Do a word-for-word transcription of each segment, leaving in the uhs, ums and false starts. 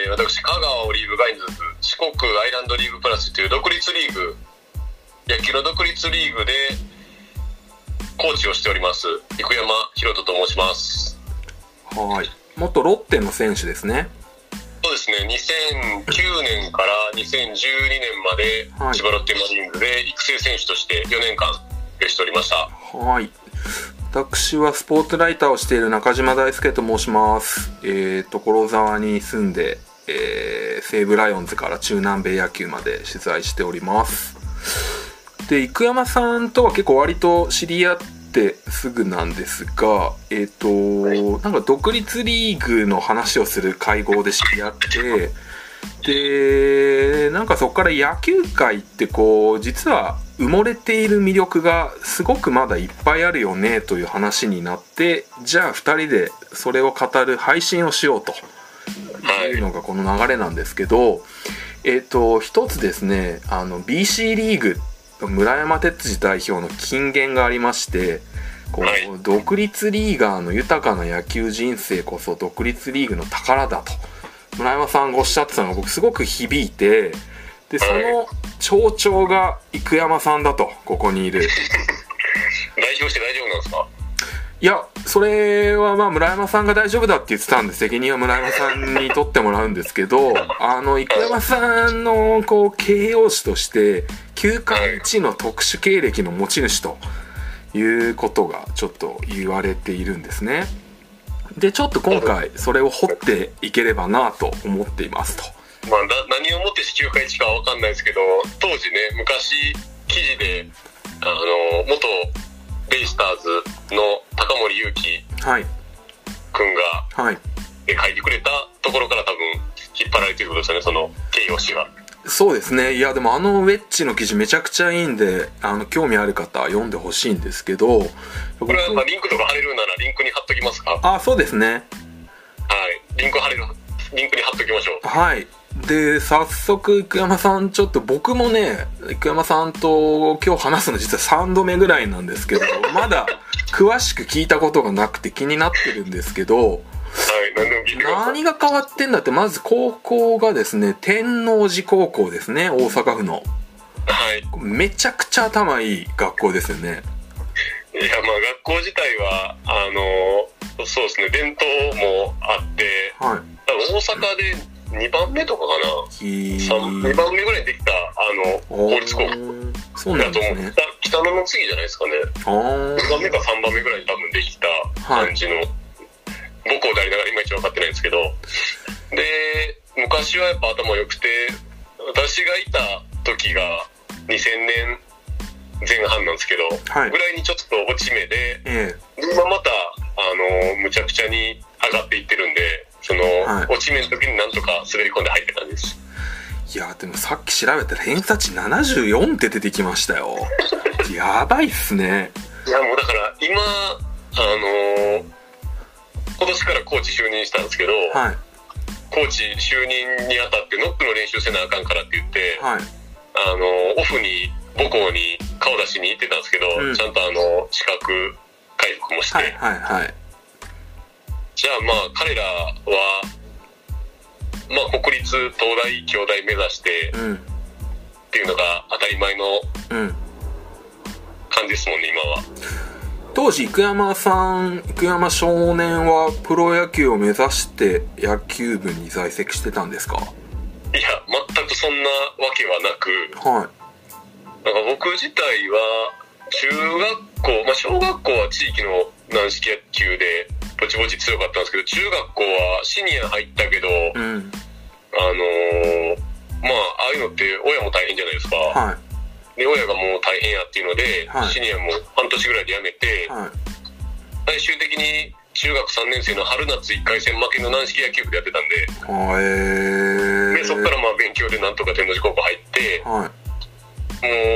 私香川オリーブガインズ四国アイランドリーグプラスという独立リーグ、野球の独立リーグでコーチをしております生山博人と申します。 はい、元ロッテの選手ですね。 そうですね、にせんきゅうねんからにせんじゅうにねんまで千葉ロッテマリーンズで育成選手としてよねんかんプレーしておりました。 はい、私はスポーツライターをしている中島大輔と申します。えー、所沢に住んで、えー、西武ライオンズから中南米野球まで取材しております。で、生山さんとは結構割と知り合ってすぐなんですが、えっと、なんか独立リーグの話をする会合で知り合って、で、なんかそこから野球界ってこう、実は埋もれている魅力がすごくまだいっぱいあるよねという話になって、じゃあふたりでそれを語る配信をしようというのがこの流れなんですけど、えっと、一つですね、あの ビーシー リーグ村山哲司代表の金言がありまして、こう独立リーガーの豊かな野球人生こそ独立リーグの宝だと村山さんがおっしゃってたのが僕すごく響いて、でその象徴が生山さんだと、ここにいる代表して大丈夫なんですか？ いや、それはまあ村山さんが大丈夫だって言ってたんで、責任は村山さんに取ってもらうんですけどあの生山さんのこう形容詞として球界一の特殊経歴の持ち主ということがちょっと言われているんですね。でちょっと今回それを掘っていければなと思っていますと。 まあ、何をもって球界一かは分かんないですけど、当時ね、昔記事であの元ベイスターズの高森祐希君が、はい、書いてくれたところから多分引っ張られていることですよね、その形容詞が。 そうですね。いやでもあのウェッジの記事めちゃくちゃいいんで、あの興味ある方は読んでほしいんですけど、 これはまあリンクとか貼れるならリンクに貼っときますか？ あ、そうですね。はい、 リンク貼れる、リンクに貼っときましょう。 はい。で早速生山さん、ちょっと僕もね生山さんと今日話すの実はさんどめぐらいなんですけどまだ詳しく聞いたことがなくて気になってるんですけど、はい、 何でも聞いてください。 何が変わってんだって、まず高校がですね天王寺高校ですね、大阪府の、はい、めちゃくちゃ頭いい学校ですよね。 いや、まあ学校自体はあのそうですね、伝統もあって、はい、多分大阪でにばんめとかかな、にばんめぐらいにできたあの公立高校そうなんですね。 北野の次じゃないですかね。にばんめかさんばんめぐらいに多分できた感じの、はい、母校でありながらいまいち分かってないんですけど、で昔はやっぱ頭良くて、私がいた時がにせんねんぜん半なんですけど、はい、ぐらいにちょっと落ち目で、ええ、今またあのむちゃくちゃに上がっていってるんで、その、はい、落ち目の時になんとか滑り込んで入ってたんです。 いやでもさっき調べたら偏差値ななじゅうよんって出てきましたよやばいっすね。 いやもうだから今あのー、今年からコーチ就任したんですけど、はい、コーチ就任にあたってノックの練習せなあかんからって言って、はい、あのー、オフに母校に顔出しに行ってたんですけど、うん、ちゃんとあの資格回復もして、はいはいはい、じゃあまあ彼らはまあ国立東大京大目指して、うん、っていうのが当たり前の感じですもんね、今は。 当時生山さん、生山少年はプロ野球を目指して野球部に在籍してたんですか？ いや全くそんなわけはなく、はい、なんか僕自体は中学校、まあ、小学校は地域の軟式野球でぼちぼち強かったんですけど、中学校はシニア入ったけど、うん、あのー、まあああいうのって親も大変じゃないですか、はい、で親がもう大変やっていうので、はい、シニアも半年ぐらいで辞めて、はい、最終的に中学さんねん生の春夏いっかい戦負けの軟式野球部でやってたんで、へでそこからまあ勉強でなんとか天王寺高校入って、はい、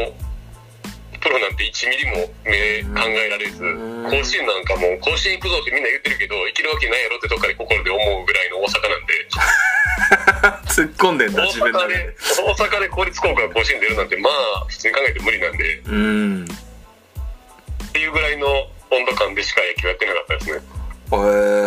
もうプロなんていちミリも目考えられず、甲子園なんかもう甲子園行くぞってみんな言ってるけど行けるわけないやろってどっかで心で思うぐらいの大阪なんで突っ込んでんだ自分で、ね、大阪で公立高校が甲子園出るなんてまあ普通に考えて無理なんで、うんっていうぐらいの温度感でしか野球やってなかったですね。 へえー、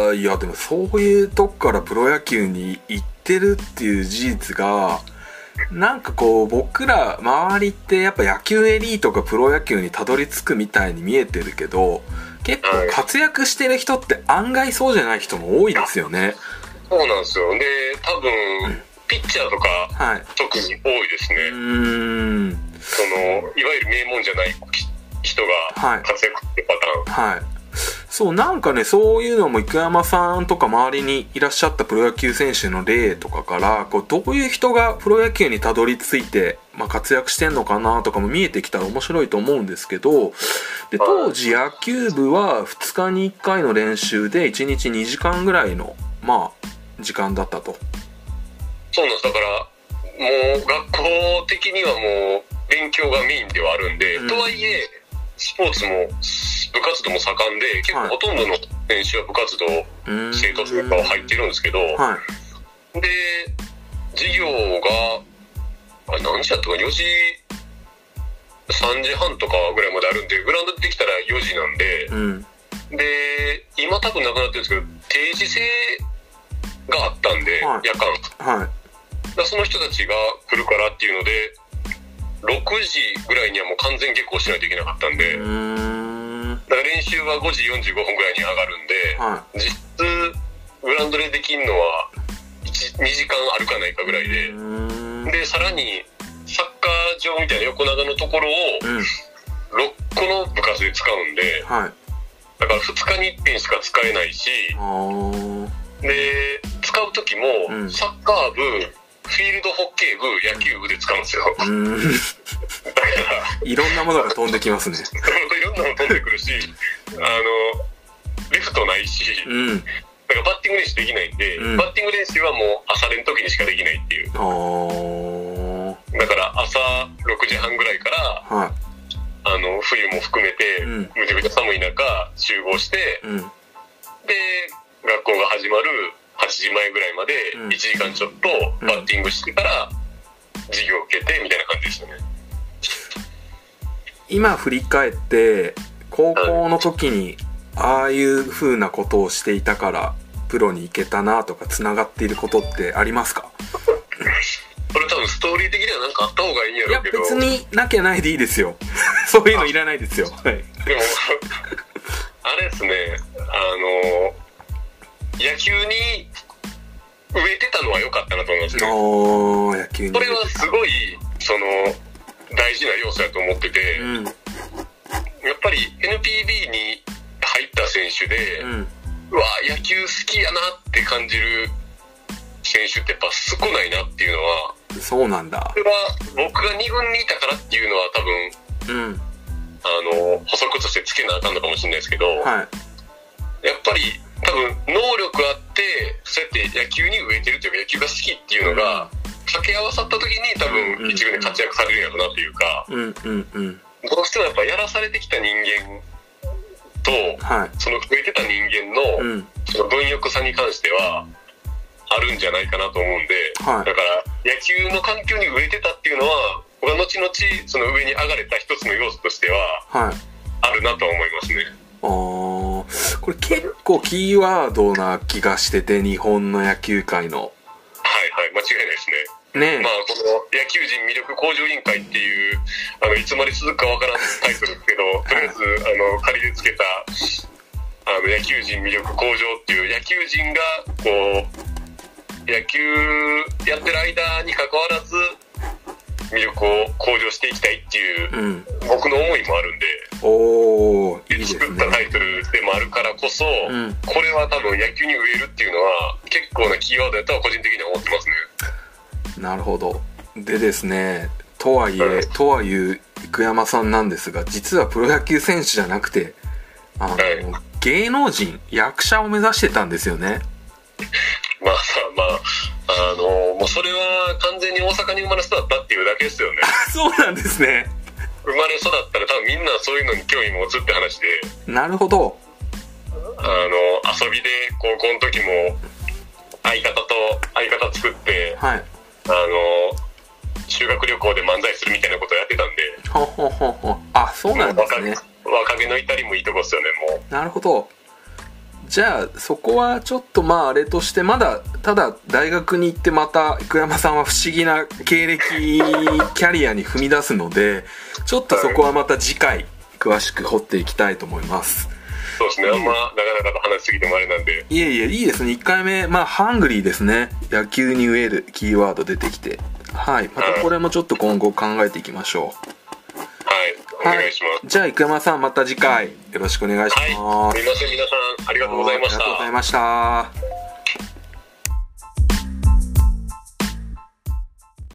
ーいやでもそういうとこからプロ野球に行ってるっていう事実がなんかこう僕ら周りってやっぱ野球エリートがプロ野球にたどり着くみたいに見えてるけど、結構活躍してる人って案外そうじゃない人も多いですよね。 そうなんですよ。で多分、うん、ピッチャーとか、はい、特に多いですね。うーん、そのいわゆる名門じゃない人が活躍ってパターン、はいはい、 そうなんかね、そういうのも生山さんとか周りにいらっしゃったプロ野球選手の例とかからこうどういう人がプロ野球にたどり着いて、まあ、活躍してんのかなとかも見えてきたら面白いと思うんですけど、で当時野球部はふつかにいっかいの練習でいちにちにじかんぐらいのまあ時間だったと。 そうなんです。だからもう学校的にはもう勉強がメインではあるんで、うん、とはいえスポーツも部活動も盛んで結構ほとんどの選手は部活動、はい、生徒とかは入ってるんですけど、はい、で授業があれ何時だったかよじさんじはんとかぐらいまであるんで、グラウンドできたらよじなんで、うん、で今多分なくなってるんですけど定時制があったんで、はい、夜間、はい、だその人たちが来るからっていうのでろくじぐらいにはもう完全下校しないといけなかったんで、うーんだから練習はごじよんじゅうごふんぐらいに上がるんで、はい、実質グラウンドでできるのはにじかんあるかないかぐらいで、でさらにサッカー場みたいな横長のところをろっこの部活で使うんで、はい、だからふつかにいっぺんしか使えないし、で使う時もサッカー部、フィールドホッケー部、野球部で使うんですよ。うーんだからいろんなものが飛んできますね。 いろんなもの飛んでくるし、あのレフトないし、うん、だからバッティング練習できないんで、うん、バッティング練習はもう朝練の時にしかできないっていう。だから朝ろくじはんぐらいから、はい、あの冬も含めて、うん、めちゃめちゃ寒い中集合して、うん、で学校が始まるはちじまえぐらいまでいちじかんちょっとバッティングしてから授業を受けてみたいな感じでしたね。 今振り返って高校の時にああいう風なことをしていたからプロに行けたなとかつながっていることってありますか？ これ多分ストーリー的には何かあった方がいいんやろうけど、いや別になきゃないでいいですよ。そういうのいらないですよ。はい、でもあれですね、あの野球に植えてたのは良かったなと思いますね。お野球にそれはすごいその大事な要素だと思ってて、うん、やっぱり エヌピービー に入った選手で、うん、うわ野球好きやなって感じる選手ってやっぱ少ないなっていうのは。 そうなんだ。 それは僕がにぐんにいたからっていうのは多分、うん、あの補足としてつけなあかんのかもしれないですけど、はい、やっぱり多分能力あってそうやって野球に植えてるというか野球が好きっていうのが掛け合わさった時に多分一軍で活躍されるんやろうなっていうか、うんうんうん、どうしてもやっぱやらされてきた人間と、はい、その植えてた人間の、うん、その貪欲さに関してはあるんじゃないかなと思うんで、はい、だから野球の環境に植えてたっていうのは僕は後々その上に上がれた一つの要素としては、はい、あるなとは思いますね。 あーこれ結構キーワードな気がしてて、日本の野球界の。はいはい間違いないですね。ねえ、まあこの野球人魅力向上委員会っていうあのいつまで続くかわからんタイトルですけど、とりあえずあの仮でつけたあの野球人魅力向上っていう野球人がこう野球やってる間に関わらず魅力を向上していきたいっていう、うん、僕の思いもあるんで、おーいいですね、作ったタイトルでもあるからこそ、うん、これは多分野球に植えるっていうのは結構なキーワードだとは個人的には思ってますね。なるほど。でですね、とはいえ、うん、とはいう生山さんなんですが、実はプロ野球選手じゃなくてあの、はい、芸能人役者を目指してたんですよね。 まあまああのもうそれは完全に大阪に生まれ育ったっていうだけですよね。 そうなんですね。 生まれ育ったら多分みんなそういうのに興味持つって話で。 なるほど。 あの遊びで高校の時も相方と相方作って、はい、あの修学旅行で漫才するみたいなことをやってたんで。ほほほほ。あ、そうなんですね。若気の至りもいいとこですよね。もう。 なるほど。 じゃあそこはちょっとまああれとして、まだただ大学に行ってまた生山さんは不思議な経歴キャリアに踏み出すので、ちょっとそこはまた次回詳しく掘っていきたいと思います。 そうですね、あんまなかなかと話しすぎてもあれなんで。 いえいえ、いいですね。いっかいめ、まあハングリーですね。野球に飢えるキーワード出てきて、はい、またこれもちょっと今後考えていきましょう。はい、お願いします。 はい、じゃあ生山さんまた次回よろしくお願いします。 はい、すみません皆さんありがとうございました。 ありがとうございました。